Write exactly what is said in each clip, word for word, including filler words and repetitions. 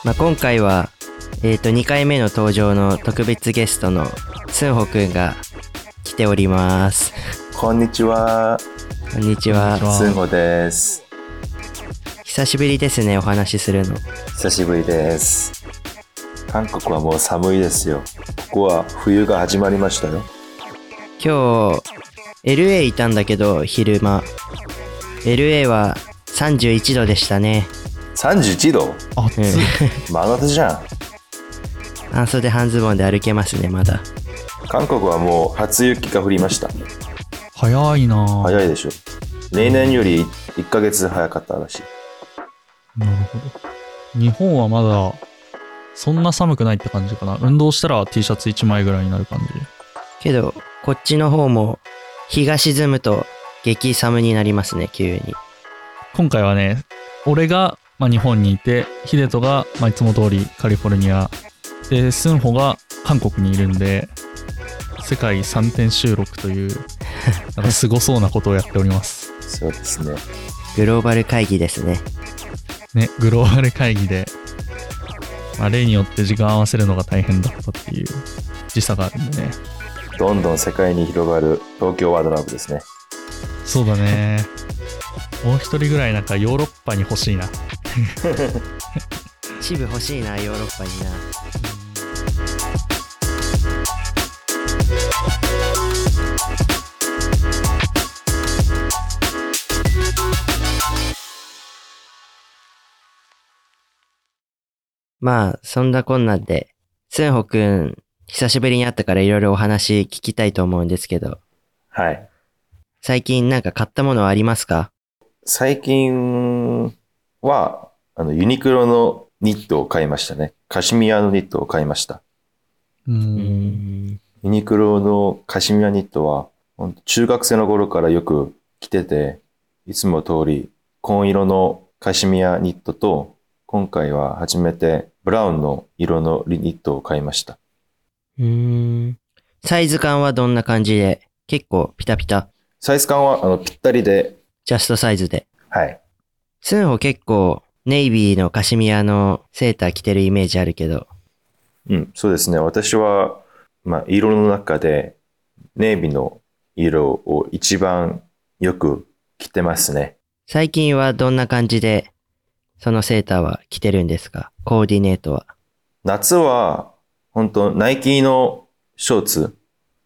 まあ、今回は、えーと、にかいめの登場の特別ゲストのスンホくんが来ております。 こんにちは。 こんにちは。 スンホです。 久しぶりですね、お話しするの。 久しぶりです。韓国はもう寒いですよ。ここは冬が始まりましたよ。 今日 エルエー いたんだけど、昼間 エルエー はさんじゅういちどでしたね。 さんじゅういちど？ 暑い。 真夏じゃん。 半袖半ズボンで歩けますね、まだ。 韓国はもう初雪が降りました。 早いな。 早いでしょ。例年よりいっかげつ早かったらしい。 なるほど。日本はまだそんな寒くないって感じかな。運動したら T シャツいちまいぐらいになる感じ。 けどこっちの方も日が沈むと激寒になりますね、急に。 今回はね、俺が、まあ、日本にいて、ヒデトが、まあ、いつも通りカリフォルニアで、スンホが韓国にいるんで、世界さんてん収録というなんかすごそうなことをやっております。 そうですね。 グローバル会議ですね。 ね、グローバル会議で、まあ、例によって時間合わせるのが大変だったっていう時差があるんでね。 どんどん世界に広がる東京ワードラブですね。 そうだね。もう一人ぐらいなんかヨーロッパに欲しいな。 支部欲しいな、ヨーロッパにな。まあそんなこんなでスンホくん久しぶりに会ったからいろいろお話聞きたいと思うんですけど。 はい。 最近なんか買ったものはありますか？ 最近はあのユニクロのニットを買いましたね。カシミヤのニットを買いました。 うーん。 ユニクロのカシミヤニットは中学生の頃からよく着てて、いつも通り紺色のカシミヤニットと、今回は初めてブラウンの色のニットを買いました。 うーん。サイズ感はどんな感じで？結構ピタピタ？ サイズ感はあのぴったりで、 ジャストサイズで。 はい。 スンホ結構ネイビーのカシミヤのセーター着てるイメージあるけど。 うん、そうですね。私は、まあ、色の中でネイビーの色を一番よく着てますね。 最近はどんな感じでそのセーターは着てるんですか？コーディネートは。 夏は本当ナイキのショーツ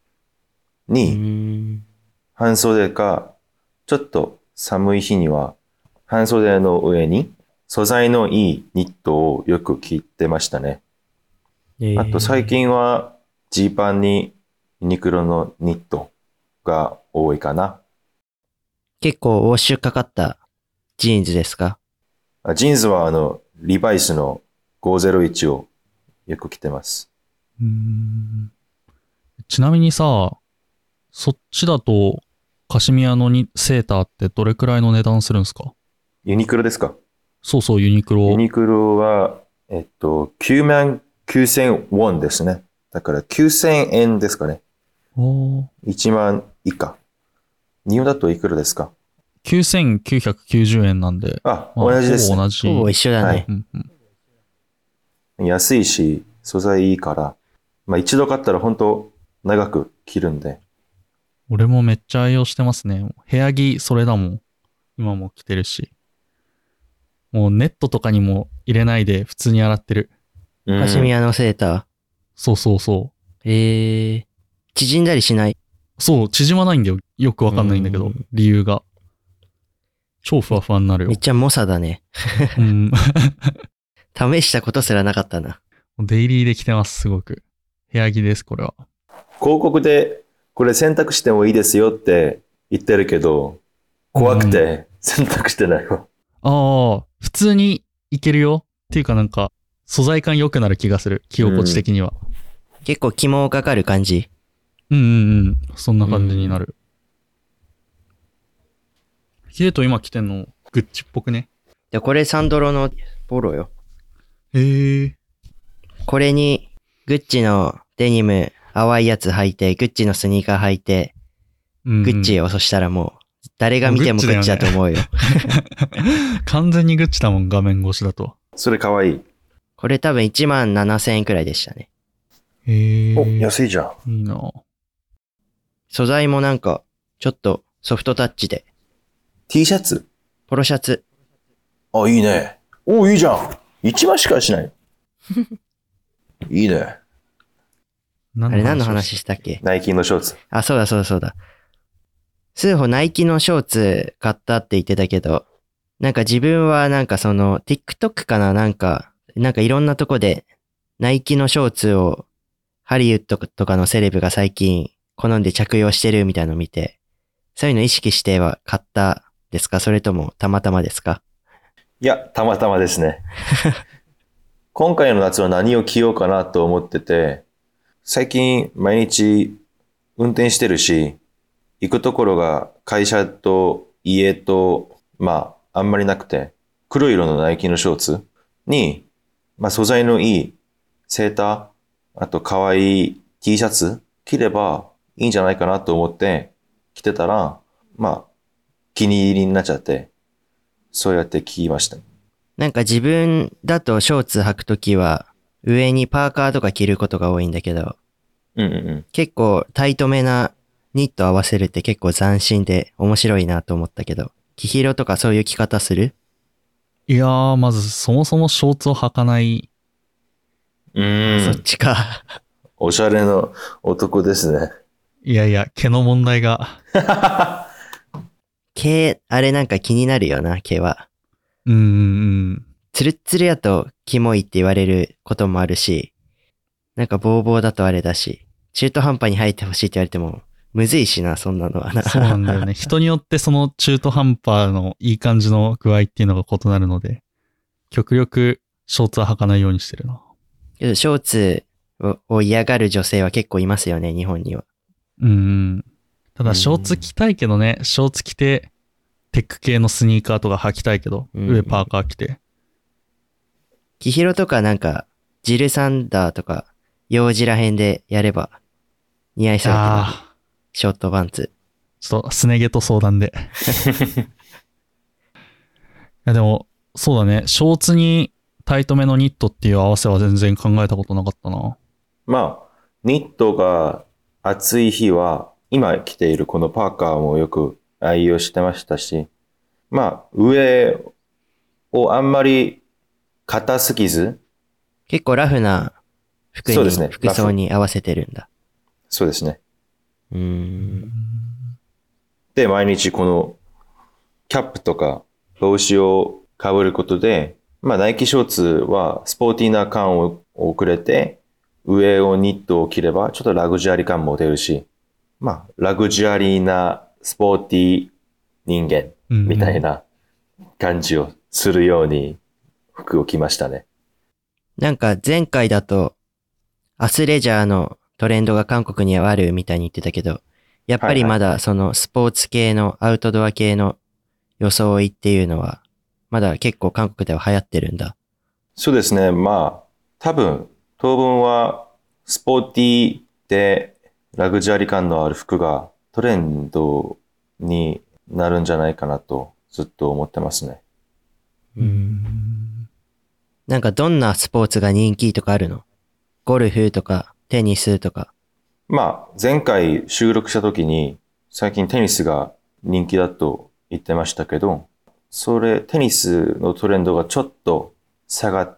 に半袖か、ちょっと寒い日には半袖の上に素材のいいニットをよく着てましたね。 えー、 あと最近はジーパンにユニクロのニットが多いかな。 結構ウォッシュかかったジーンズですか？ ジーンズはあのリバイスのごーぜろいちをよく着てます。 うーん。ちなみにさ、そっちだとカシミヤのにセーターってどれくらいの値段するんですか？ ユニクロですか？ そうそう、ユニクロ。 ユニクロは、えっと、きゅうまんきゅうせんウォンですね。だからきゅうせんえんですかね。 おー。 いちまん以下。日本だといくらですか？ きゅうせんきゅうひゃくきゅうじゅうえんなんで。 あ、 まあ、 同じですね。 ほぼ同じ。 ほぼ一緒だね。 はいうんうん、 安いし、素材いいから、まあ一度買ったら本当長く着るんで。 俺もめっちゃ愛用してますね。部屋着それだもん。今も着てるし。もうネットとかにも入れないで普通に洗ってる。 カシミヤのセーター。 そうそうそう。 えー、縮んだりしない？ そう、縮まないんだよ。よくわかんないんだけど、理由が。超ふわふわになるよ。 めっちゃ猛者だね。 うん。 試したことすらなかったな。 デイリーで着てます、すごく。部屋着です、これは。 広告で、これ選択してもいいですよって言ってるけど、怖くて選択してないわ。うん、 ああ、普通にいけるよ。っていうかなんか、素材感良くなる気がする。着心地的には。 うん、結構肝かかる感じ？ うんうんうん。そんな感じになる。ヒデト今着てんの、グッチっぽくね。 で、これサンドロのポロよ。 へえ。 これに、グッチのデニム、淡いやつ履いて、グッチのスニーカー履いて、 うんうん、 グッチを、そしたらもう、誰が見てもグッチだと思うよ。 完全にグッチだもん、画面越しだと。 それかわいい。 これ多分いちまんななせんえんくらいでしたね。 へえ。 お、安いじゃん。 いいな。 素材もなんか、ちょっとソフトタッチで。 T シャツポロシャツ。 あ、いいね。お、いいじゃん。いちまんしかしない。いいね。 あれ何のを話したっけ？ ナイキのショーツ。 あ、そうだそうだそうだ。スーホナイキのショーツ買ったって言ってたけど、なんか自分はなんかその TikTok かななんか、なんかいろんなとこでナイキのショーツをハリウッドとかのセレブが最近好んで着用してるみたいなのを見て、そういうの意識しては買ったですか？それともたまたまですか？ いや、たまたまですね。今回の夏は何を着ようかなと思ってて、最近毎日運転してるし、行くところが会社と家と、まあ、あんまりなくて、黒い色のナイキのショーツに、まあ、素材のいいセーター、あと可愛い T シャツ着ればいいんじゃないかなと思って着てたら、まあ、気に入りになっちゃって、そうやって着ました。 なんか自分だとショーツ履くときは上にパーカーとか着ることが多いんだけど、 うんうんうん。 結構タイトめなニット合わせるって結構斬新で面白いなと思ったけど、キヒロとかそういう着方する？ いやー、まずそもそもショーツを履かない。 うーん。 そっちか。 おしゃれの男ですね。 いやいや、毛の問題が。 毛、あれなんか気になるよな、毛は。 うんうんうん。 ツルッツルやとキモいって言われることもあるし、なんかボーボーだとあれだし、中途半端に生えてほしいって言われても、むずいしな、そんなのはな。 そうなんだよね。人によってその中途半端のいい感じの具合っていうのが異なるので、極力ショーツは履かないようにしてるな。 けどショーツをを嫌がる女性は結構いますよね、日本には。 うんうん。ただショーツ着たいけどね、ショーツ着て、テック系のスニーカーとか履きたいけど、 うん上パーカー着て。 キヒロとかなんか、ジルサンダーとか、幼児ら辺でやれば、似合いそうだけど、 ああ、 ショートパンツ。 ちょっとすね毛と相談で。いやでも、そうだね。ショーツにタイトめのニットっていう合わせは全然考えたことなかったな。 まあ、ニットが暑い日は、今着ているこのパーカーもよく愛用してましたし、まあ、上をあんまり硬すぎず、 結構ラフな服に、 そうですね服装に合わせてるんだ。 そうですね。 うーん。 で、毎日このキャップとか帽子をかぶることで、まあ、ナイキショーツはスポーティーな感を遅れて、上をニットを着ればちょっとラグジュアリー感も出るし、まあ、ラグジュアリーなスポーティー人間みたいな感じをするように服を着ましたね。 なんか前回だと、アスレジャーのトレンドが韓国にはあるみたいに言ってたけど、やっぱりまだそのスポーツ系のアウトドア系の装いっていうのは、まだ結構韓国では流行ってるんだ。 そうですね。まあ、多分、当分はスポーティーでラグジュアリー感のある服がトレンドになるんじゃないかなとずっと思ってますね。 うーん。 なんかどんなスポーツが人気とかあるの？ゴルフとかテニスとか。 まあ、前回収録した時に最近テニスが人気だと言ってましたけど、それ、テニスのトレンドがちょっと下がって、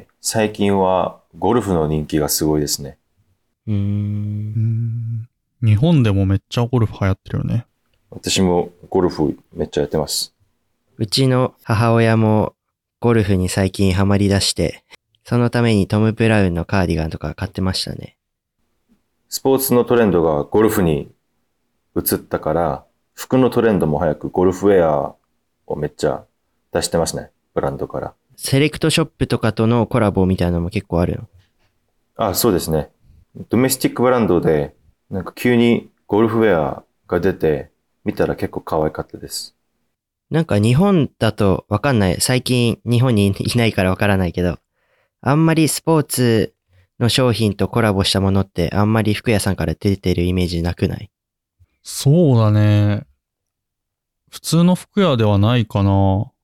最近はゴルフの人気がすごいですね。 うー。 うんん。日本でもめっちゃゴルフ流行ってるよね。 私もゴルフめっちゃやってます。 うちの母親もゴルフに最近ハマり出して、そのためにトム・ブラウンのカーディガンとか買ってましたね。 スポーツのトレンドがゴルフに移ったから、服のトレンドも早くゴルフウェアをめっちゃ出してますね。ブランドから。 セレクトショップとかとのコラボみたいなのも結構あるの？ あ、そうですね。ドメスティックブランドで、なんか急にゴルフウェアが出て、見たら結構可愛かったです。 なんか日本だとわかんない。最近日本にいないからわからないけど、あんまりスポーツの商品とコラボしたものってあんまり服屋さんから出てるイメージなくない？ そうだね。普通の服屋ではないかな。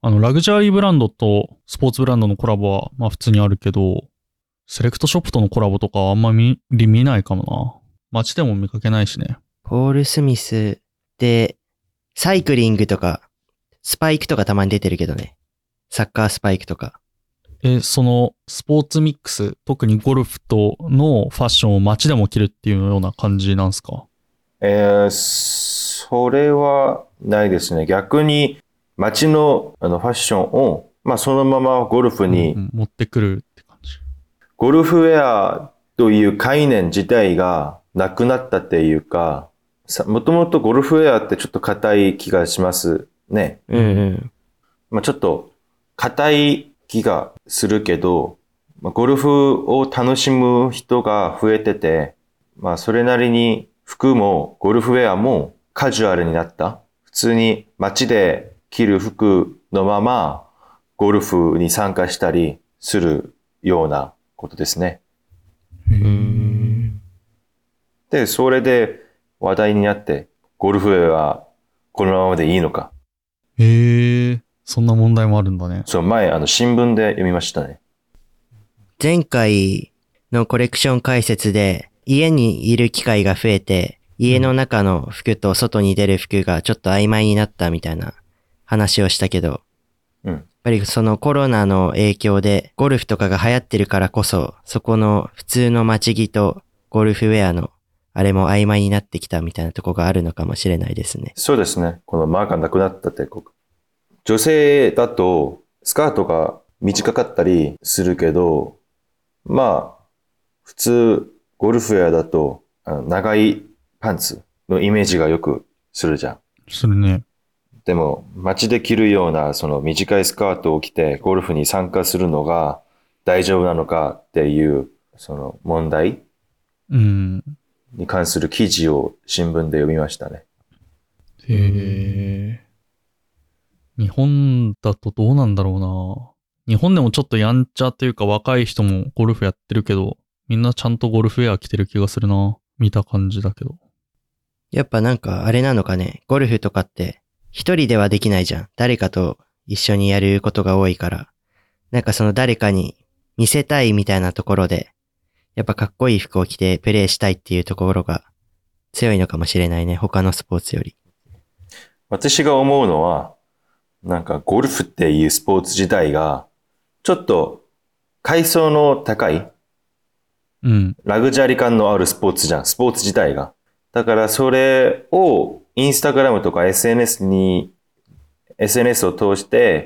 あの、ラグジュアリーブランドとスポーツブランドのコラボは、まあ普通にあるけど、セレクトショップとのコラボとかはあんま見、見ないかもな。街でも見かけないしね。 ポール・スミスで、サイクリングとか、スパイクとかたまに出てるけどね。サッカースパイクとか。 え、そのスポーツミックス、特にゴルフとのファッションを街でも着るっていうような感じなんすか？ えー、それはないですね。逆に街のあのファッションを、まあ、そのままゴルフに、 うんうん、持ってくるって感じ。 ゴルフウェアという概念自体がなくなったっていうか、もともとゴルフウェアってちょっと硬い気がしますね。 うんうん。 まあ、ちょっと硬い気がするけど、まあ、ゴルフを楽しむ人が増えてて、まあそれなりに服もゴルフウェアもカジュアルになった。普通に街で着る服のままゴルフに参加したりするようなことですね。 へー。 で、それで話題になってゴルフウェアはこのままでいいのか。 へー。そんな問題もあるんだね。 そう、前あの新聞で読みましたね。 前回のコレクション解説で家にいる機会が増えて、家の中の服と外に出る服がちょっと曖昧になったみたいな話をしたけど、 うん。 やっぱりそのコロナの影響でゴルフとかが流行ってるからこそ、そこの普通の街着とゴルフウェアのあれも曖昧になってきたみたいなとこがあるのかもしれないですね。 そうですね。このマークがなくなったって、女性だとスカートが短かったりするけど、まあ、普通ゴルフウェアだとあの長いパンツのイメージがよくするじゃん。 するね。 でも街で着るようなその短いスカートを着てゴルフに参加するのが大丈夫なのかっていうその問題うん。 に関する記事を新聞で読みましたね。 へー。日本だとどうなんだろうな。日本でもちょっとやんちゃというか若い人もゴルフやってるけど、みんなちゃんとゴルフウェア着てる気がするな。見た感じだけど。 やっぱなんかあれなのかね、ゴルフとかって一人ではできないじゃん。誰かと一緒にやることが多いから。なんかその誰かに見せたいみたいなところで、やっぱかっこいい服を着てプレイしたいっていうところが強いのかもしれないね。他のスポーツより。 私が思うのは、なんかゴルフっていうスポーツ自体がちょっと階層の高い、 うん。 ラグジュアリ感のあるスポーツじゃん。スポーツ自体が。だからそれをインスタグラムとか エスエヌエス に、エスエヌエス を通して、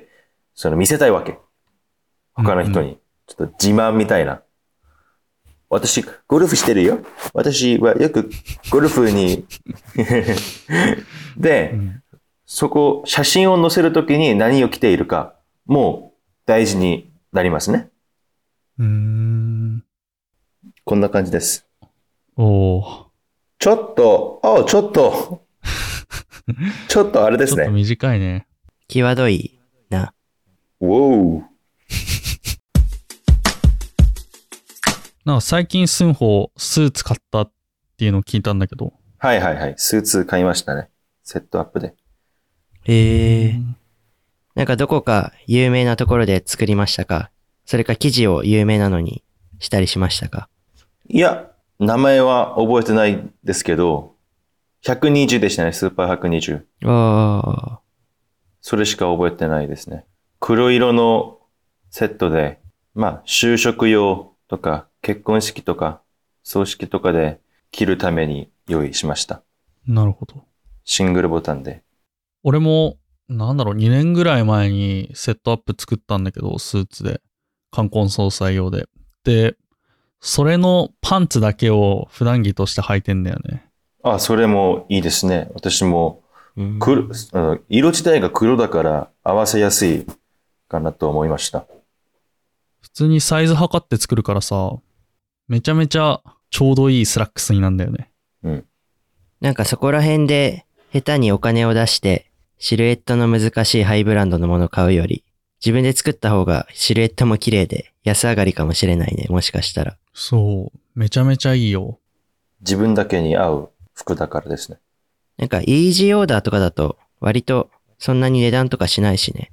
その見せたいわけ。他の人に。 うんうん、 ちょっと自慢みたいな。私、ゴルフしてるよ。私はよくゴルフに。で、うん、そこ、写真を載せるときに何を着ているか、もう大事になりますね。 うーん。 こんな感じです。 おー。 ちょっと、あ、ちょっと、ちょっとあれですね。 ちょっと短いね。 際どいな。 ウォー。 なんか最近スンホスーツ買ったっていうのを聞いたんだけど。 はいはいはい。スーツ買いましたね。セットアップで。 へえー。なんかどこか有名なところで作りましたか？それか生地を有名なのにしたりしましたか？ いや、名前は覚えてないですけど、ひゃくにじゅうでしたね。スーパーひゃくにじゅう。 ああ。 それしか覚えてないですね。黒色のセットで、まあ、就職用とか、結婚式とか、葬式とかで着るために用意しました。 なるほど。 シングルボタンで。 俺も、なんだろう、にねんぐらい前にセットアップ作ったんだけど、スーツで。冠婚葬祭用で。で、それのパンツだけを普段着として履いてんだよね。 あ、それもいいですね。私も黒、あの色自体が黒だから合わせやすいかなと思いました。 普通にサイズ測って作るからさ、めちゃめちゃちょうどいいスラックスになんだよね。 うん。 なんかそこら辺で下手にお金を出してシルエットの難しいハイブランドのものを買うより、自分で作った方がシルエットも綺麗で安上がりかもしれないね。もしかしたら。 そう。めちゃめちゃいいよ。 自分だけに合う服だからですね。 なんかイージーオーダーとかだと割とそんなに値段とかしないしね。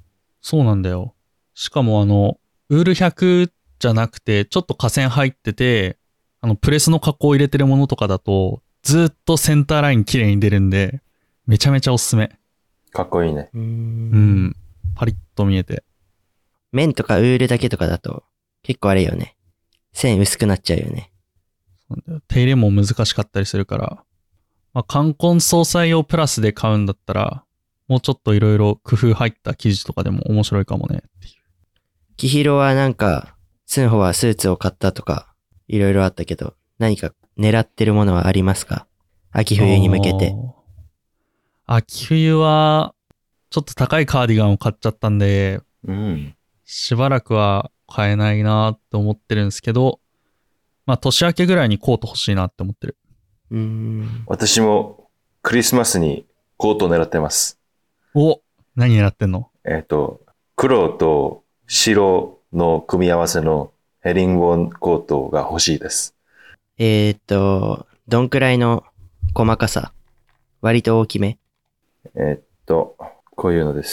そうなんだよ。しかもあの、ウールひゃくじゃなくて、ちょっと架線入ってて、あの、プレスの加工を入れてるものとかだと、ずっとセンターライン綺麗に出るんで、めちゃめちゃおすすめ。 かっこいいね。 うーん。 うん。パリッと見えて。 綿とかウールだけとかだと結構あれよね。線薄くなっちゃうよね。 手入れも難しかったりするから、まあ、冠婚葬祭用プラスで買うんだったら、もうちょっといろいろ工夫入った生地とかでも面白いかもねっていう。 キヒロはなんか、スンホはスーツを買ったとか、いろいろあったけど、何か狙ってるものはありますか？秋冬に向けて。 秋冬は、ちょっと高いカーディガンを買っちゃったんで、 うん。 しばらくは買えないなって思ってるんですけど、まあ年明けぐらいにコート欲しいなって思ってる。 うーん。 私もクリスマスにコートを狙ってます。 お、何狙ってんの？ えっと、黒と白の組み合わせのヘリンボーンコートが欲しいです。 えーっと、どんくらいの細かさ？割と大きめ？ えっと、こういうのです。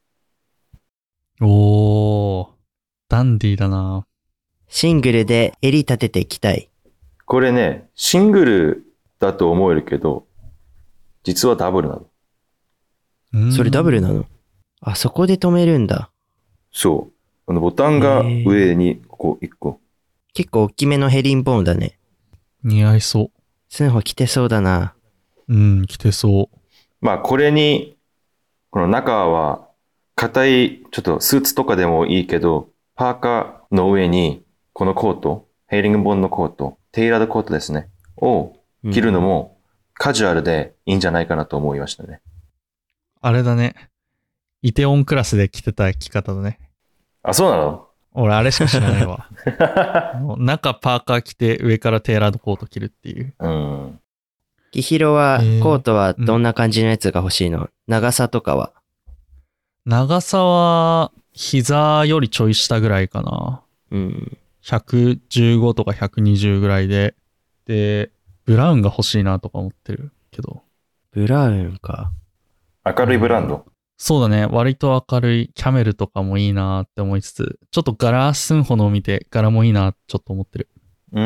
おー、ダンディーだな。 シングルで襟立てて着たい。 これね、シングルだと思えるけど、実はダブルなの。 うんそれダブルなの？あ、そこで止めるんだ。 そう。あのボタンが上にここいっこ。 結構大きめのヘリンボーンだね。 似合いそスンホ着てそうだな。 う。うん、着てそまあこれに、この中は硬い、ちょっとスーツとかでもいいけど、パーカーの上にこのコート、ヘリンボーンのコート、テイラードコートですね、を着るのもカジュアルでいいんじゃないかなと思いましたね。 う。あれだね。イテオンクラスで着てた着方だね。 あ、そうなの？ 俺あれしか知らないわ。もう中パーカー着て上からテーラードコート着るっていう。 うん。 キヒロは、 えーコートはどんな感じのやつが欲しいの？長さとかは？ 長さは膝よりちょい下ぐらいかな。 うん。 ひゃくじゅうごとかひゃくにじゅうぐらいで。で、ブラウンが欲しいなとか思ってるけど。 ブラウンか。 明るいブランド。 そうだね。割と明るいキャメルとかもいいなって思いつつ、ちょっと柄スンホのを見て柄もいいなってちょっと思ってる。 うん。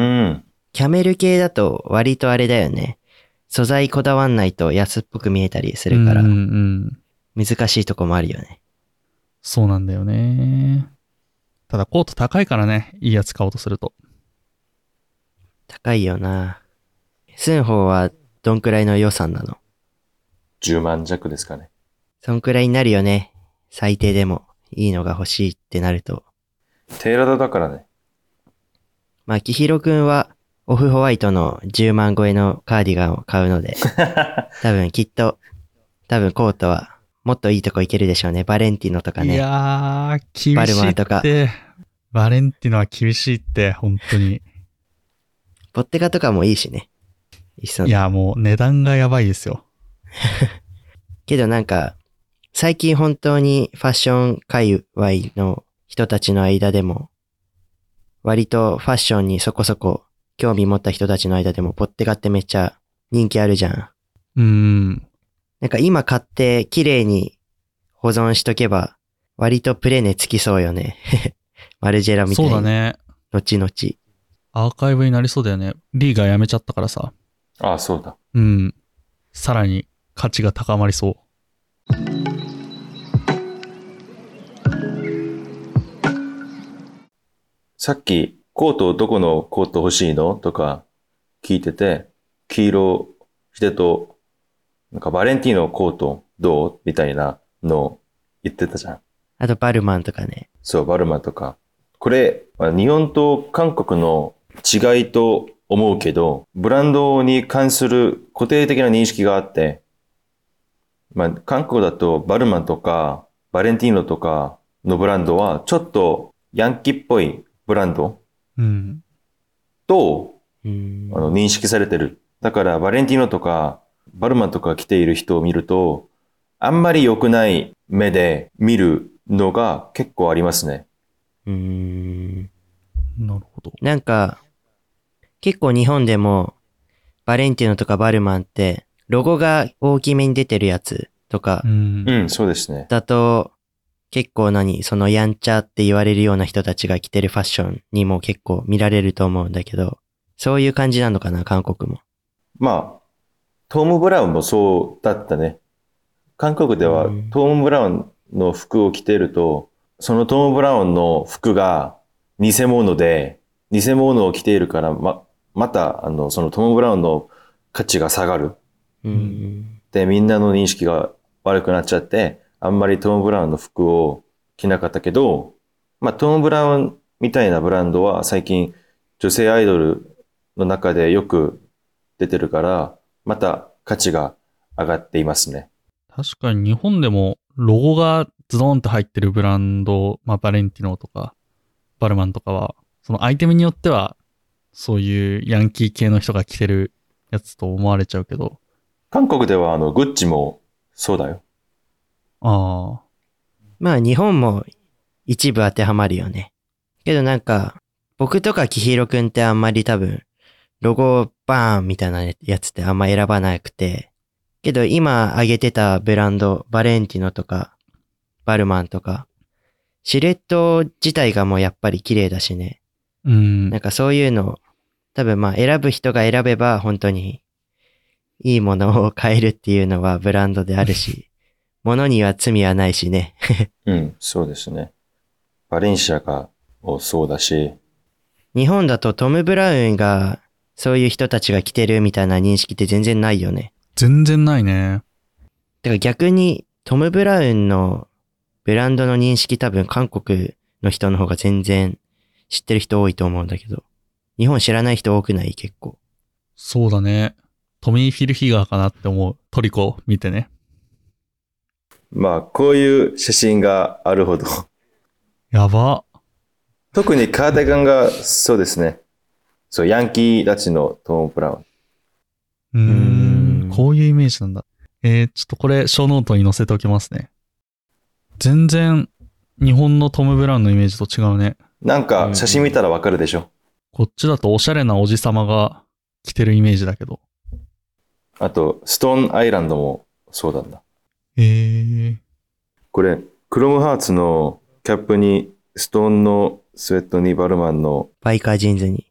キャメル系だと割とあれだよね。素材こだわんないと安っぽく見えたりするから、 うんうん。 難しいとこもあるよね。 そうなんだよね。ただコート高いからね。いいやつ買おうとすると。 高いよな。スンホはどんくらいの予算なの？ じゅうまん弱ですかね。 そんくらいになるよね。最低でもいいのが欲しいってなると。 テイラードだからね。 まあ、キヒロくんはオフホワイトのじゅうまん超えのカーディガンを買うので、多分きっと、多分コートはもっといいとこ行けるでしょうね。バレンティノとかね。 いやー、厳バルしいっマンとかて。バレンティノは厳しいって、本当に。 ボッテガとかもいいしね。いっそいや、もう値段がやばいですよ。 けどなんか、最近本当にファッション界隈の人たちの間でも、割とファッションにそこそこ興味持った人たちの間でもボッテガってめっちゃ人気あるじゃん。 うーん。 なんか今買って綺麗に保存しとけば割とプレネつきそうよね。マルジェラみたいに。 そうだね。 後々。 アーカイブになりそうだよね。リーが辞めちゃったからさ。 ああ、そうだ。 うん。さらに価値が高まりそう。 さっき、コートどこのコート欲しいのとか聞いてて、黄色、秀と、なんかバレンティーノコートどうみたいなのを言ってたじゃん。 あとバルマンとかね。 そう、バルマとか。これ、日本と韓国の違いと思うけど、ブランドに関する固定的な認識があって、まあ、韓国だとバルマンとかバレンティーノとかのブランドはちょっとヤンキーっぽいブランドうん。 と、 うーんあの認識されてる。だからバレンティーノとかバルマンとか着ている人を見ると、あんまり良くない目で見るのが結構ありますね。 うーん。 なるほど。 なんか、結構日本でも、バレンティーノとかバルマンって、ロゴが大きめに出てるやつとかうん。 うん、そうですね。 だと、 結構何、そのやんちゃって言われるような人たちが着てるファッションにも結構見られると思うんだけど、そういう感じなのかな、韓国も。 まあ、トム・ブラウンもそうだったね。韓国ではトム・ブラウンの服を着てると、そのトム・ブラウンの服が偽物で、偽物を着ているから、ま、また、あの、そのトム・ブラウンの価値が下がる。 うん。 で、みんなの認識が悪くなっちゃって、あんまりトム・ブラウンの服を着なかったけど、まあ、トム・ブラウンみたいなブランドは最近女性アイドルの中でよく出てるから、また価値が上がっていますね。 確かに日本でもロゴがズドンって入ってるブランド、まあ、バレンティノとかバルマンとかは、そのアイテムによってはそういうヤンキー系の人が着てるやつと思われちゃうけど。 韓国ではあのグッチもそうだよ。 ああ。 まあ日本も一部当てはまるよね。けどなんか、僕とかキヒロくんってあんまり多分、ロゴバーンみたいなやつってあんま選ばなくて、けど今挙げてたブランド、バレンティノとか、バルマンとか、シルエット自体がもうやっぱり綺麗だしね。 うん。 なんかそういうの、多分まあ選ぶ人が選べば本当にいいものを買えるっていうのはブランドであるし、物には罪はないしね。 うん、そうですね。バレンシアガもそうだし。 日本だとトム・ブラウンがそういう人たちが着てるみたいな認識って全然ないよね。 全然ないね。 だから逆にトム・ブラウンのブランドの認識多分韓国の人の方が全然知ってる人多いと思うんだけど、日本知らない人多くない？結構。 そうだね。トミー・フィルヒガーかなって思う。トリコ見てね。 まあ、こういう写真があるほど。 やば。 特にカーディガンがそうですね。そう、ヤンキーたちのトム・ブラウン。 うーん。こういうイメージなんだ。えー、ちょっとこれ、ショーノートに載せておきますね。全然、日本のトム・ブラウンのイメージと違うね。 なんか、写真見たらわかるでしょ。 こっちだとおしゃれなおじさまが着てるイメージだけど。 あと、ストーンアイランドもそうなんだ。 えー。 これ、クロムハーツのキャップに、ストーンのスウェットにバルマンの。 バイカージーンズに。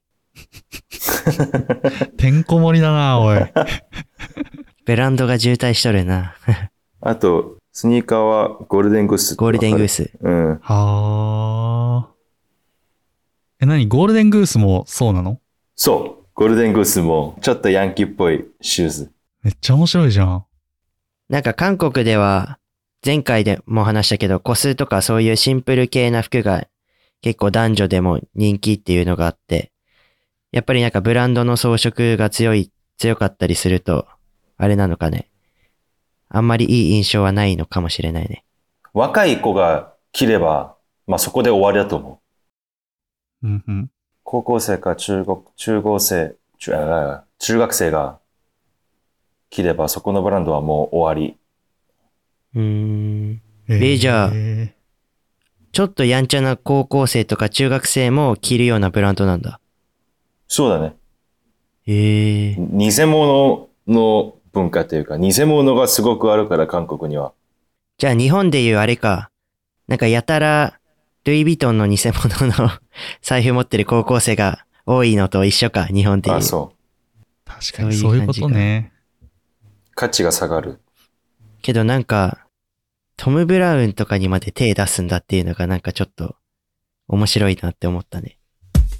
てんこ盛りだな、おい。 ブランドが渋滞しとるな。 あと、スニーカーはゴールデングース。 ゴールデングース。 うん。 はー。え、何ゴールデングースもそうなの？ そう。ゴールデングースもちょっとヤンキーっぽいシューズ。 めっちゃ面白いじゃん。 なんか韓国では、前回でも話したけど、コスとかそういうシンプル系な服が結構男女でも人気っていうのがあって、やっぱりなんかブランドの装飾が強い、強かったりすると、あれなのかね。あんまりいい印象はないのかもしれないね。 若い子が着れば、まあそこで終わりだと思う。 うんうん。 高校生か中国、中高生、中、あ中学生が着ればそこのブランドはもう終わり。 うーん。 ええーじゃあちょっとやんちゃな高校生とか中学生も着るようなブランドなんだ。 そうだね。 へえ。 偽物の文化というか、偽物がすごくあるから韓国には。 じゃあ日本でいうあれか。なんかやたら、ルイ・ヴィトンの偽物の財布持ってる高校生が多いのと一緒か、日本でいう。 あ、そう。 確かにそういうことね。 価値が下がる。 けどなんか、トム・ブラウンとかにまで手出すんだっていうのがなんかちょっと面白いなって思ったね。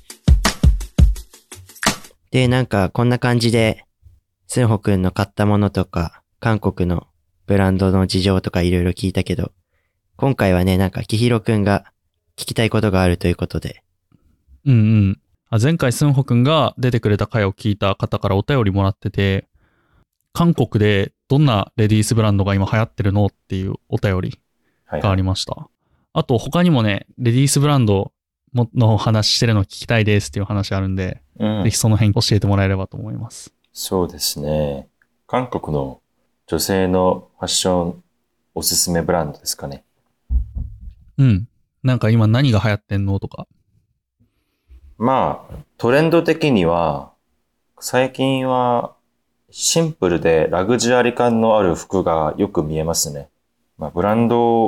で、なんかこんな感じで、スンホくんの買ったものとか、韓国のブランドの事情とかいろいろ聞いたけど、今回はね、なんかキヒロくんが聞きたいことがあるということで。 うんうん。あ、前回スンホくんが出てくれた回を聞いた方からお便りもらってて、韓国でどんなレディースブランドが今流行ってるのっていうお便りがありました。はいはい、あと他にもね、レディースブランドの話してるの聞きたいですっていう話あるんで、うん、ぜひその辺教えてもらえればと思います。 そうですね。韓国の女性のファッションおすすめブランドですかね。 うん。なんか今何が流行ってんのとか。 まあ、トレンド的には、最近はシンプルでラグジュアリ感のある服がよく見えますね。まあ、ブランド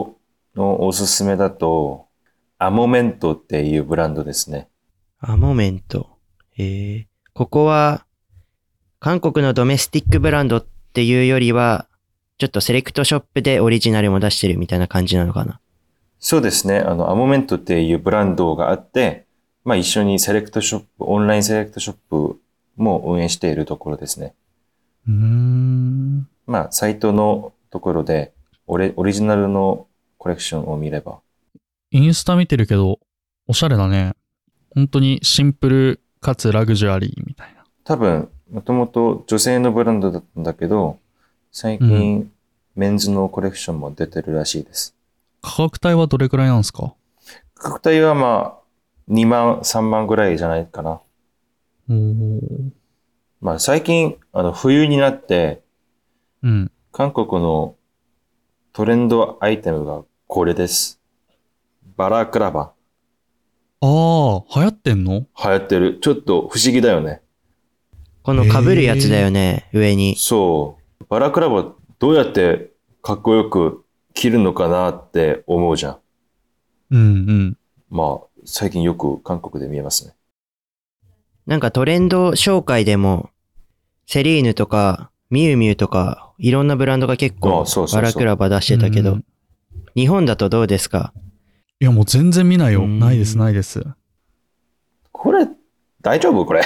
のおすすめだと、アモメントっていうブランドですね。 アモメント。へえ。ここは、韓国のドメスティックブランドっていうよりは、ちょっとセレクトショップでオリジナルも出してるみたいな感じなのかな。 そうですね。あの、アモメントっていうブランドがあって、まあ一緒にセレクトショップ、オンラインセレクトショップも運営しているところですね。 うーん。 まあ、サイトのところでオレ、オリジナルのコレクションを見れば。 インスタ見てるけど、おしゃれだね。本当にシンプルかつラグジュアリーみたいな。 多分、もともと女性のブランドだったんだけど、最近、うん、メンズのコレクションも出てるらしいです。 価格帯はどれくらいなんですか？ 価格帯はまあ、にまん、さんまんぐらいじゃないかな。 おー。 まあ最近、あの、冬になって、 うん。 韓国のトレンドアイテムがこれです。バラクラバ。 ああ、流行ってんの？ 流行ってる。ちょっと不思議だよね。 この被るやつだよね、上に。 そう。バラクラバどうやってかっこよく着るのかなって思うじゃん。 うんうん。 まあ、最近よく韓国で見えますね。 なんかトレンド紹介でも、セリーヌとか、ミュウミュウとか、いろんなブランドが結構バラクラバ出してたけど、日本だとどうですか？ いやもう全然見ないよ。ないですないです。 これ、大丈夫これ。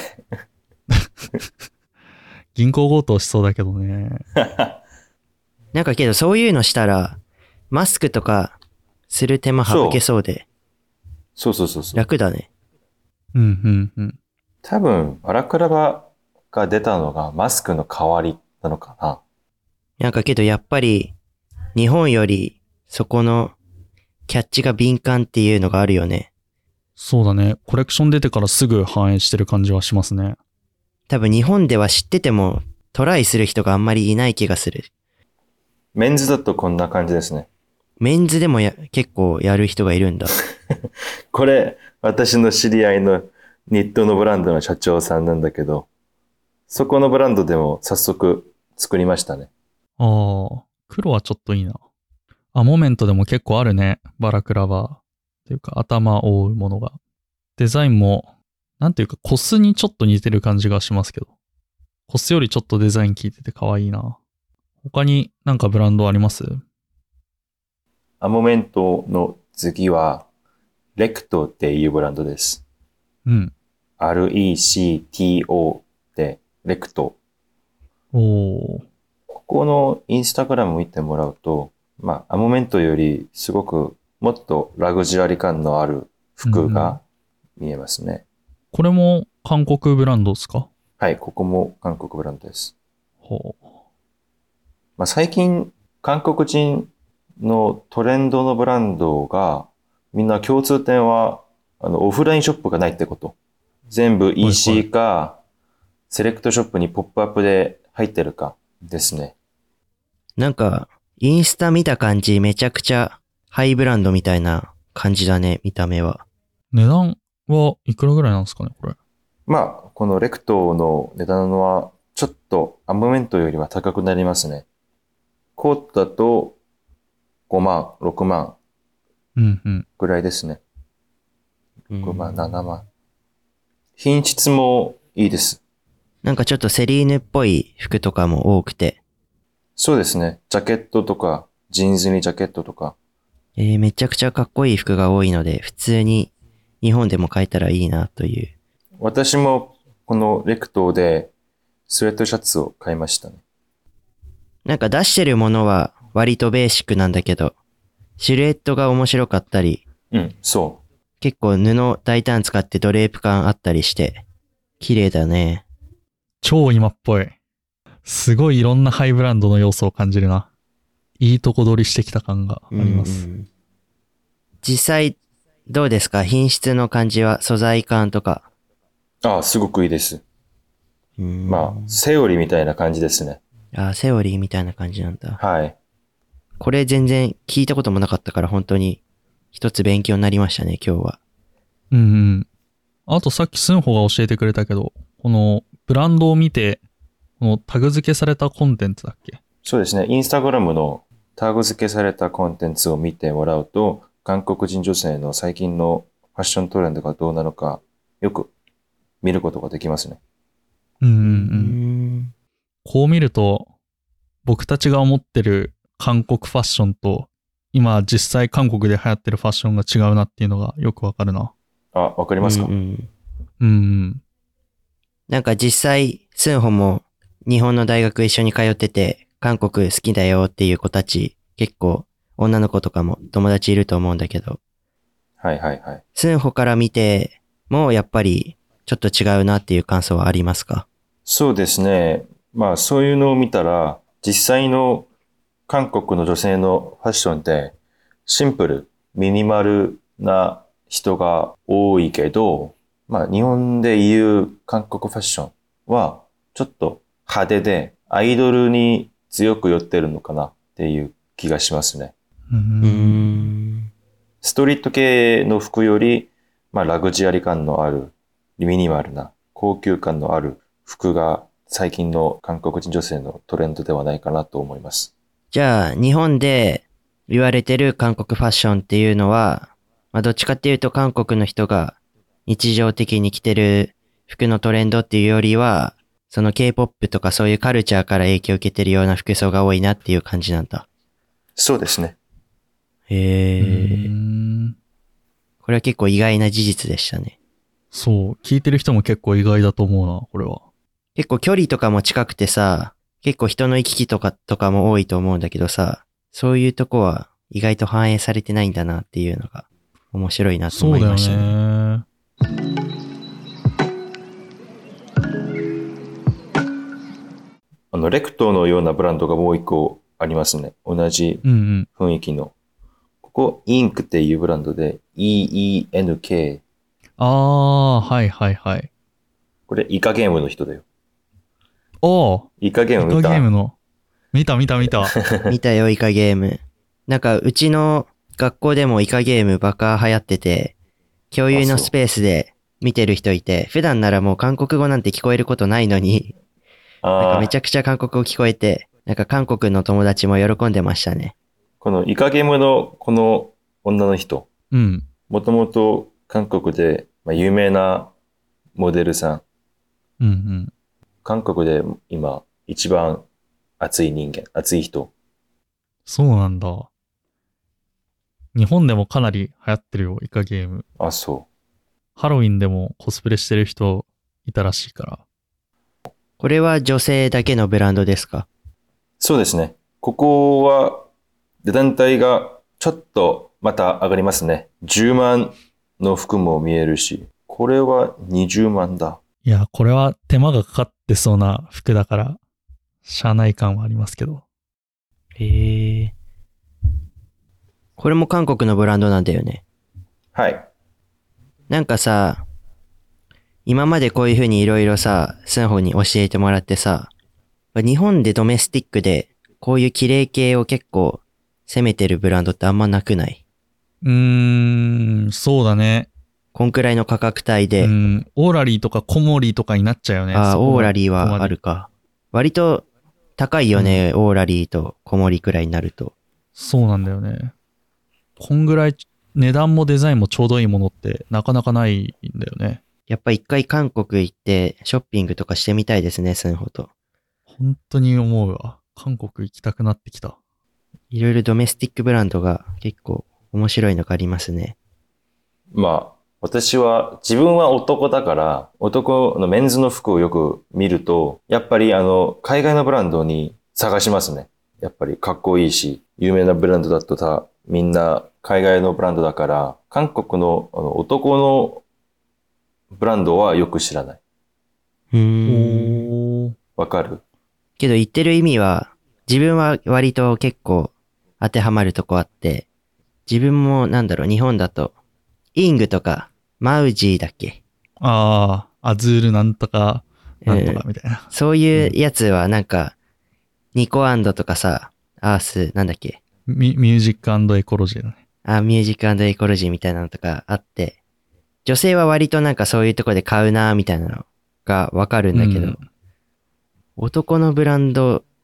銀行強盗しそうだけどね。 なんかけどそういうのしたら、マスクとかする手間省けそうで。 そうそうそうそう。 楽だね。 うんうんうん。 多分、バラクラバが出たのがマスクの代わりなのかな。 なんかけどやっぱり、日本よりそこのキャッチが敏感っていうのがあるよね。 そうだね。コレクション出てからすぐ反映してる感じはしますね。 多分日本では知っててもトライする人があんまりいない気がする。 メンズだとこんな感じですね。 メンズでもや結構やる人がいるんだ。 これ、私の知り合いのニットのブランドの社長さんなんだけど、そこのブランドでも早速作りましたね。 ああ、黒はちょっといいな。あ、モメントでも結構あるね。バラクラバー。っていうか頭を覆うものが。デザインも、なんていうかコスにちょっと似てる感じがしますけど。コスよりちょっとデザイン効いてて可愛いな。他になんかブランドあります？ アモメントの次は、レクトっていうブランドです。 うん。 アールイーシーティーオー で、レクト。 おー。 ここのインスタグラムを見てもらうと、まあ、アモメントよりすごくもっとラグジュアリ感のある服が見えますね。うん、 これも韓国ブランドですか？ はい、ここも韓国ブランドです。 ほう。 まあ、最近、韓国人のトレンドのブランドが、みんな共通点は、あの、オフラインショップがないってこと。全部 イーシー か、はいはい、セレクトショップにポップアップで入ってるかですね。 なんか、インスタ見た感じめちゃくちゃハイブランドみたいな感じだね、見た目は。 値段はいくらぐらいなんですかね、これ。 まあ、このレクトの値段は、ちょっとアモメントよりは高くなりますね。コートだとごまん、ろくまんぐらいですね。 うんうん、 ごまん、ななまん。品質もいいです。 なんかちょっとセリーヌっぽい服とかも多くて。 そうですね。ジャケットとか、ジーンズにジャケットとか。 えー、めちゃくちゃかっこいい服が多いので、普通に日本でも買えたらいいなという。 私もこのレクトでスウェットシャツを買いましたね。 なんか出してるものは割とベーシックなんだけど、シルエットが面白かったり、 うん、そう。 結構布大胆使ってドレープ感あったりして、綺麗だね。 超今っぽい。すごいいろんなハイブランドの要素を感じるな。いいとこ取りしてきた感があります。 うんうん、実際どうですか？品質の感じは、素材感とか。 ああ、すごくいいです。まあ、セオリーみたいな感じですね。 ああ、セオリーみたいな感じなんだ。 はい。 これ全然聞いたこともなかったから本当に一つ勉強になりましたね、今日は。 うんうん。あとさっきスンホが教えてくれたけど、このブランドを見て、このタグ付けされたコンテンツだっけ？ そうですね。インスタグラムのタグ付けされたコンテンツを見てもらうと、韓国人女性の最近のファッショントレンドがどうなのか、よく見ることができますね。 うんうんう。 うんん。 こう見ると、僕たちが思ってる韓国ファッションと、今実際韓国で流行ってるファッションが違うなっていうのがよくわかるな。 あ、わかりますか？ うんうん。 うんうん。 なんか実際、スンホも日本の大学一緒に通ってて、韓国好きだよっていう子たち、結構女の子とかも友達いると思うんだけど、 はいはいはい。 スンホから見てもやっぱりちょっと違うなっていう感想はありますか？ そうですね。まあそういうのを見たら、実際の韓国の女性のファッションってシンプル、ミニマルな人が多いけど、まあ日本で言う韓国ファッションはちょっと派手でアイドルに強く寄ってるのかなっていう気がしますね。 ううーん。 ん。 ストリート系の服より、まあラグジュアリ感のある、ミニマルな、高級感のある服が最近の韓国人女性のトレンドではないかなと思います。 じゃあ日本で言われてる韓国ファッションっていうのは、まあどっちかっていうと韓国の人が日常的に着てる服のトレンドっていうよりは、その K-ポップ とかそういうカルチャーから影響を受けてるような服装が多いなっていう感じなんだ。 そうですね。 へうー。 ん。 これは結構意外な事実でしたね。 そう。聞いてる人も結構意外だと思うな、これは。 結構距離とかも近くてさ、結構人の行き来とかとかも多いと思うんだけどさ、そういうとこは意外と反映されてないんだなっていうのが面白いなとそうだよ思いましたね。 ね。 あの、レクトのようなブランドがもう一個ありますね。同じうんうん。 雰囲気の。ここ、インクっていうブランドで、イーイーエヌケー。 ああ、はいはいはい。 これ、イカゲームの人だよ。 おー、 イカゲーイカム見た？ ゲームの。見た見た見た。 見たよ、イカゲーム。なんかうちの学校でもイカゲームバカ流行ってて、共有のスペースで見てる人いて、普段ならもう韓国語なんて聞こえることないのに、なんかああ、 めちゃくちゃ韓国語聞こえて、なんか韓国の友達も喜んでましたね。 このイカゲームのこの女の人、 うん。 もともと韓国で、まあ、有名なモデルさん。 うんうん。 韓国で今一番熱い人間、熱い人。 そうなんだ。日本でもかなり流行ってるよ、イカゲーム。 あ、そハロウィンでもコスプレしてる人いたらしいから。 これは女性だけのブランドですか？ う。そうですね。ここは値段帯がちょっとまた上がりますね。じゅうまんの服も見えるし、これはにじゅうまんだ。 いや、これは手間がかかってそうな服だから、しゃあない感はありますけど。 へえ。これも韓国のブランドなんだよね。 はい。 なんかさ、今までこういう風にいろいろさ、スンホに教えてもらってさ、日本でドメスティックでこういう綺麗系を結構攻めてるブランドってあんまなくない？ うーん、そうだね。 こんくらいの価格帯で、 うん、オーラリーとかコモリーとかになっちゃうよね。 ああ、 そこがオーラリーはあるか。割と高いよね、オーラリーとコモリくらいになると。 そうなんだよね。こんぐらい値段もデザインもちょうどいいものってなかなかないんだよね。 やっぱ一回韓国行ってショッピングとかしてみたいですね、スンホと。 本当に思うわ。韓国行きたくなってきた。 いろいろドメスティックブランドが結構面白いのがありますね。 まあ、私は、自分は男だから、男のメンズの服をよく見ると、やっぱりあの、海外のブランドに探しますね。やっぱりかっこいいし、有名なブランドだとた、みんな海外のブランドだから、韓国のあの男のブランドはよく知らない。 うーん。 おー。 わかる？ けど言ってる意味は、自分は割と結構当てはまるとこあって、自分もなんだろう、日本だと、イングとか、マウジーだっけ？ ああ、アズールなんとか、なんとかみたいな。 そういうやつはなんか、ニコアンドとかさ、アース、なんだっけ？ ミミュージック&エコロジーだね。 あ、ミュージック&エコロジーみたいなのとかあって、女性は割となんかそういうとこで買うなみたいなのがわかるんだけど、 うん男のブランド、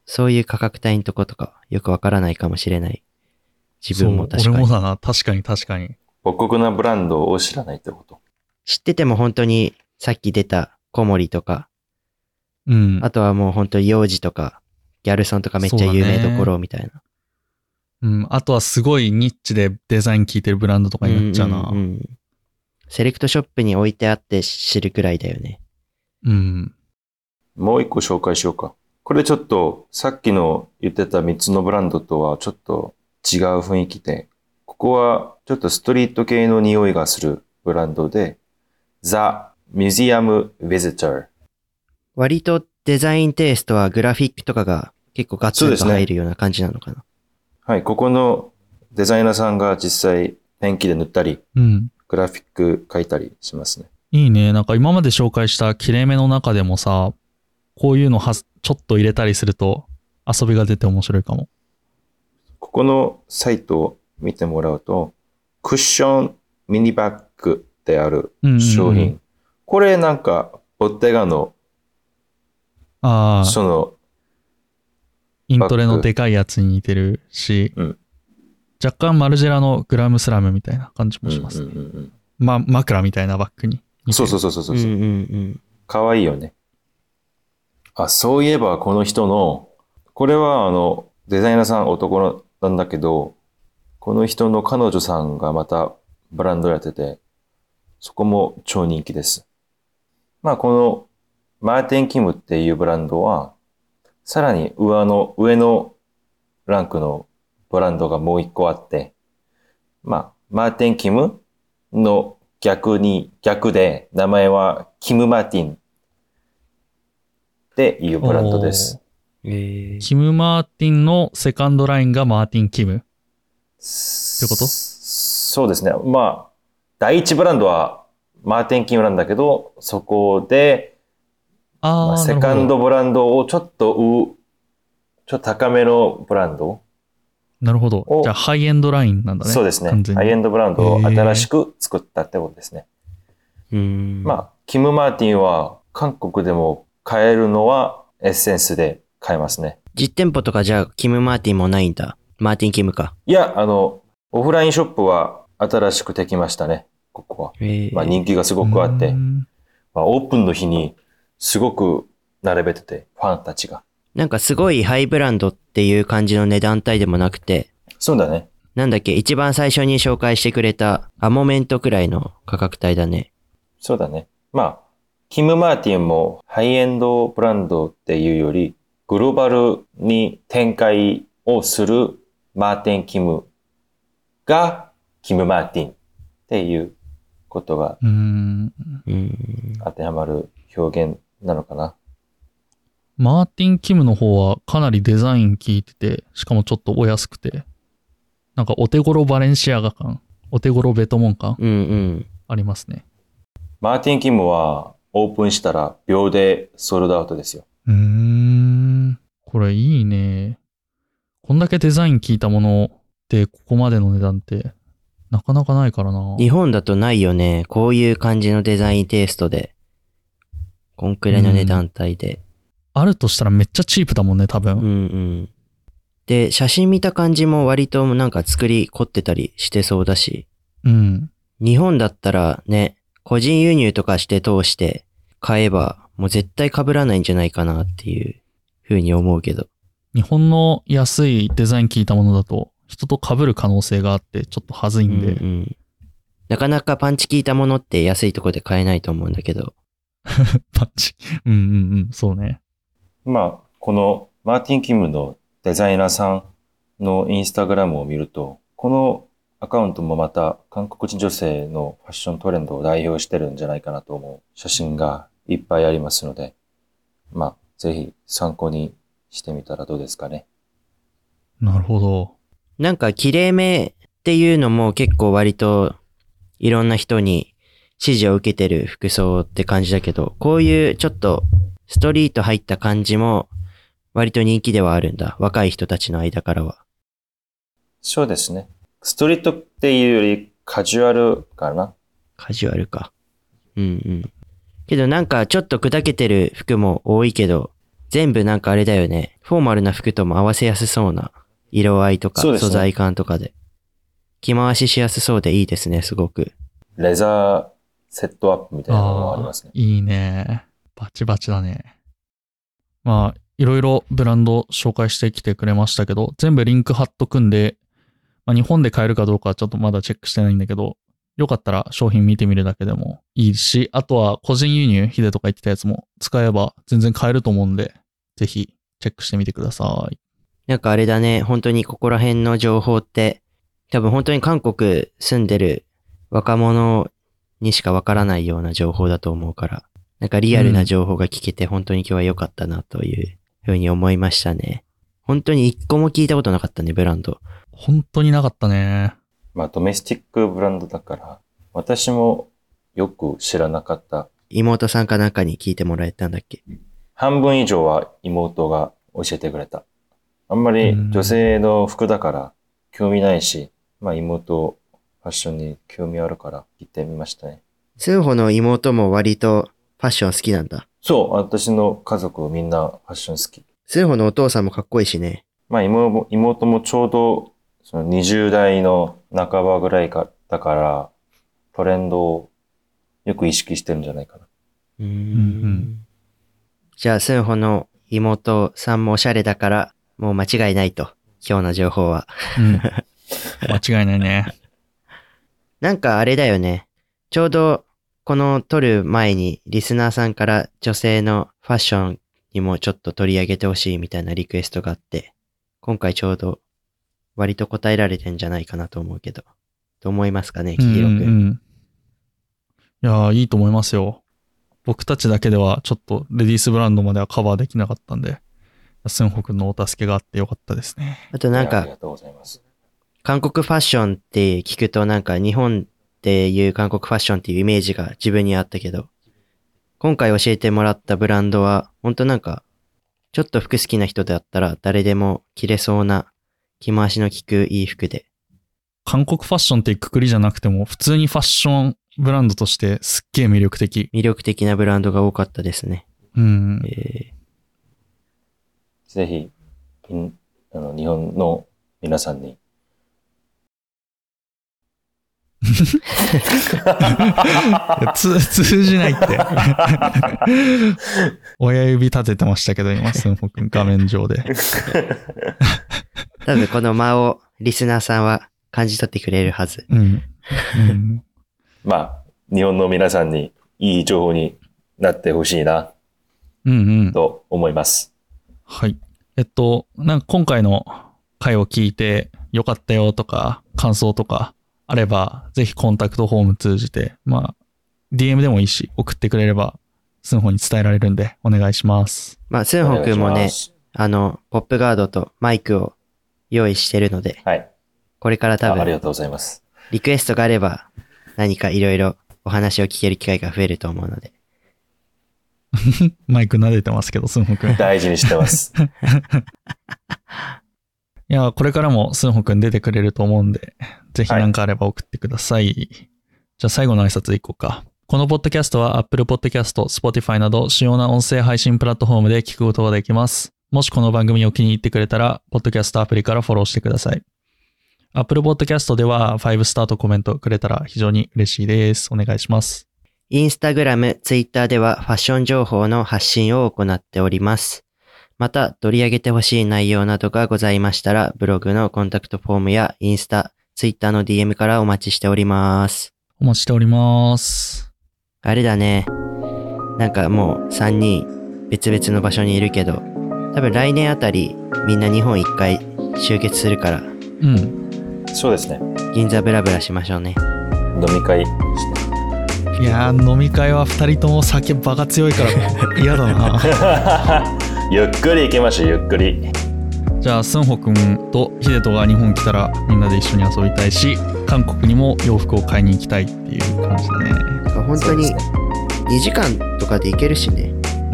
そういう価格帯のとことかよくわからないかもしれない。自分も確かに。 そう、俺もだな。確かに確かに。 母国のブランドを知らないってこと。 知ってても本当にさっき出たコモリとか、 うん。 あとはもう本当に幼児とか、ギャルソンとかめっちゃ有名どころみたいな。 うん。あとはすごいニッチでデザイン効いてるブランドとかになっちゃうな。 うんうんうん、セレクトショップに置いてあって知るくらいだよね。 うん。 もう一個紹介しようか。これちょっとさっきの言ってたみっつのブランドとはちょっと違う雰囲気で、ここはちょっとストリート系の匂いがするブランドで、The Museum Visitor。 割とデザインテイストはグラフィックとかが結構ガツンと入るような感じなのかな。 はい、ここのデザイナーさんが実際ペンキで塗ったり、 うん、 グラフィック描いたりしますね。 いいね。なんか今まで紹介した切れ目の中でもさ、こういうのはちょっと入れたりすると遊びが出て面白いかも。 ここのサイトを見てもらうと、クッションミニバッグである商品。うんうんうん、これなんか、ボッテガの、 ああ、 その、 イントレのでかいやつに似てるし、うん、若干マルジェラのグラムスラムみたいな感じもしますね。うんうんうん、ま、枕みたいなバッグに。 そうそうそうそうそう。うんうんうん、かわいいよね。あ、そういえばこの人の、これはあの、デザイナーさん男なんだけど、この人の彼女さんがまたブランドやってて、そこも超人気です。まあこのマーティン・キムっていうブランドは、さらに上の、上のランクのブランドがもう一個あって、まあ、マーティン・キムの逆に、逆で、名前はキム・マーティンっていうブランドです。 えー、キム・マーティンのセカンドラインがマーティン・キムってこと？ そうですね。まあ、第一ブランドはマーティン・キムなんだけど、そこで、 あまあ、セカンドブランドをちょっとう、ちょっと高めのブランド。 なるほど。じゃあハイエンドラインなんだね。 そうですね。ハイエンドブランドを新しく作ったってことですね。 うんまあ、キム・マーティンは韓国でも買えるのはエッセンスで買えますね。 実店舗とかじゃあキム・マーティンもないんだ。マーティン・キムか。 いや、あの、オフラインショップは新しくできましたね。ここは。まあ人気がすごくあって、まあ、オープンの日にすごく並べてて、ファンたちが。 なんかすごいハイブランドっていう感じの値段帯でもなくて。 そうだね。 なんだっけ、一番最初に紹介してくれたアモメントくらいの価格帯だね。 そうだね。まあ、キム・マーティンもハイエンドブランドっていうより、グローバルに展開をするマーティン・キムがキム・マーティンっていうことが当てはまる表現なのかな。 マーティン・キムの方はかなりデザイン効いてて、しかもちょっとお安くて、なんかお手頃バレンシアガ感、お手頃ベトモン感、 うんうん、 ありますね。 マーティン・キムはオープンしたら秒でソールドアウトですよ。 うーん、これいいね。こんだけデザイン効いたものでここまでの値段ってなかなかないからな。 日本だとないよね。こういう感じのデザインテイストで、こんくらいの値段帯で。 あるとしたらめっちゃチープだもんね、多分。 うんうん。で、写真見た感じも割となんか作り凝ってたりしてそうだし。 うん。 日本だったらね、個人輸入とかして通して買えばもう絶対被らないんじゃないかなっていう風に思うけど。 日本の安いデザイン効いたものだと人と被る可能性があってちょっとはずいんで。うんうん、 なかなかパンチ効いたものって安いとこで買えないと思うんだけど。 パンチ。うんうんうん、そうね。 まあ、このマーティン・キムのデザイナーさんのインスタグラムを見ると、このアカウントもまた韓国人女性のファッショントレンドを代表してるんじゃないかなと思う写真がいっぱいありますので、まあ、ぜひ参考にしてみたらどうですかね。 なるほど。 なんか綺麗めっていうのも結構割といろんな人に支持を受けてる服装って感じだけど、こういうちょっとストリート入った感じも割と人気ではあるんだ。若い人たちの間からは。 そうですね。ストリートっていうよりカジュアルかな。 カジュアルか。うんうん。けどなんかちょっと砕けてる服も多いけど、 全部なんかあれだよね。フォーマルな服とも合わせやすそうな色合いとかそうですね素材感とかで。着回ししやすそうでいいですね、すごく。 レザーセットアップみたいなのもありますね。 いいね。バチバチだね。まあ、いろいろブランド紹介してきてくれましたけど、全部リンク貼っとくんで、まあ、日本で買えるかどうかはちょっとまだチェックしてないんだけど、よかったら商品見てみるだけでもいいし、あとは個人輸入、ヒデとか言ってたやつも使えば全然買えると思うんで、ぜひチェックしてみてください。 なんかあれだね、本当にここら辺の情報って、多分本当に韓国住んでる若者にしかわからないような情報だと思うから、なんかリアルな情報が聞けて本当に今日は良かったなというふうに思いましたね。本当に一個も聞いたことなかったね、ブランド。 本当になかったね。 まあ、ドメスティックブランドだから、私もよく知らなかった。 妹さんかなんかに聞いてもらえたんだっけ？ 半分以上は妹が教えてくれた。あんまり女性の服だから興味ないし、まあ妹ファッションに興味あるから聞いてみましたね。 スンホの妹も割とファッション好きなんだ。 そう、私の家族みんなファッション好き。 スンホのお父さんもかっこいいしね。 まあ妹も、妹もちょうどそのにじゅう代の半ばぐらいかだからトレンドをよく意識してるんじゃないかな。 うーん、 うんうん、 じゃあスンホの妹さんもおしゃれだからもう間違いないと、今日の情報は。 うん、間違いないね。 なんかあれだよね。ちょうどこの撮る前にリスナーさんから女性のファッションにもちょっと取り上げてほしいみたいなリクエストがあって、今回ちょうど割と答えられてんじゃないかなと思うけど。と思いますかね、キヒロくん。 うんうん、いやー、いいと思いますよ。僕たちだけではちょっとレディースブランドまではカバーできなかったんで、スンホ君のお助けがあってよかったですね。 あとなんか、韓国ファッションって聞くとなんか日本っていう韓国ファッションっていうイメージが自分にあったけど、今回教えてもらったブランドは本当なんかちょっと服好きな人だったら誰でも着れそうな着回しの効くいい服で。 韓国ファッションってくくりじゃなくても普通にファッションブランドとしてすっげえ魅力的。 魅力的なブランドが多かったですね。 うん。 えー、ぜひあの日本の皆さんにつ通じないって親指立ててましたけど今スンホ君画面上で多分この間をリスナーさんは感じ取ってくれるはず、 うんうん、 まあ日本の皆さんにいい情報になってほしいな、 うんうん、 と思います。 はいえっとなんか今回の回を聞いてよかったよとか感想とかあれば、ぜひコンタクトフォーム通じて、まあ、ディーエム でもいいし、送ってくれれば、スンホに伝えられるんで、お願いします。 まあ、スンホくんもね、あの、ポップガードとマイクを用意してるので、 はい。 これから多分、 ありがとうございます。 リクエストがあれば、何かいろいろお話を聞ける機会が増えると思うので。 マイク撫でてますけど、スンホくん。 大事にしてます。 いや、これからもスンホくん出てくれると思うんで、ぜひ何かあれば送ってください。はい、じゃあ最後の挨拶いこうか。このポッドキャストは Apple Podcast、Spotify など主要な音声配信プラットフォームで聞くことができます。もしこの番組を気に入ってくれたら、ポッドキャストアプリからフォローしてください。Apple Podcast ではごスターとコメントくれたら非常に嬉しいです。お願いします。 インスタグラム、ツイッターではファッション情報の発信を行っております。また、取り上げてほしい内容などがございましたら、ブログのコンタクトフォームやインスタ、ツイッターの ディーエム からお待ちしております。 お待ちしております。 あれだね。なんかもうさんにん別々の場所にいるけど、多分来年あたりみんな日本一回集結するから。 うん。 そうですね。 銀座ブラブラしましょうね。 飲み会。 いやー、飲み会はふたりとも酒バカ強いから嫌だな。 ゆっくり行きましょう、ゆっくり。 じゃあスンホくんとヒデトが日本来たらみんなで一緒に遊びたいし、韓国にも洋服を買いに行きたいっていう感じだね。 本当ににじかんとかで行けるしね。 うん。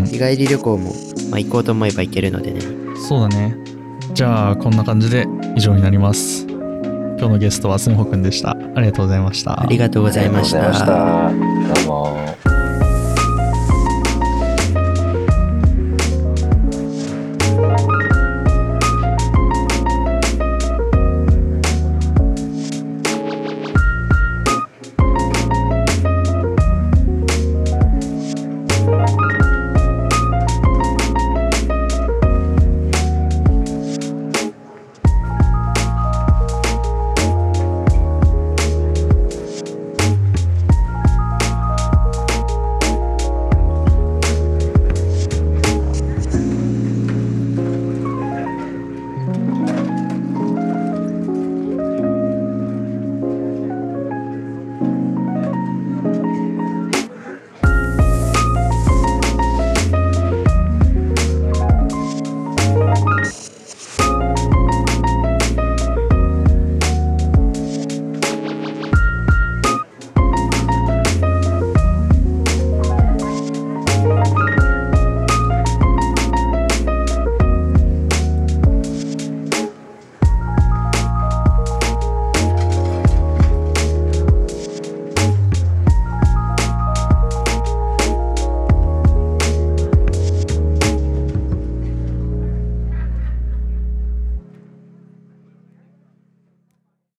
日帰り旅行も、まあ、行こうと思えば行けるのでね。 そうだね。じゃあこんな感じで以上になります。今日のゲストはスンホくんでした。ありがとうございました。 ありがとうございました。 ありがとうございました。どうも。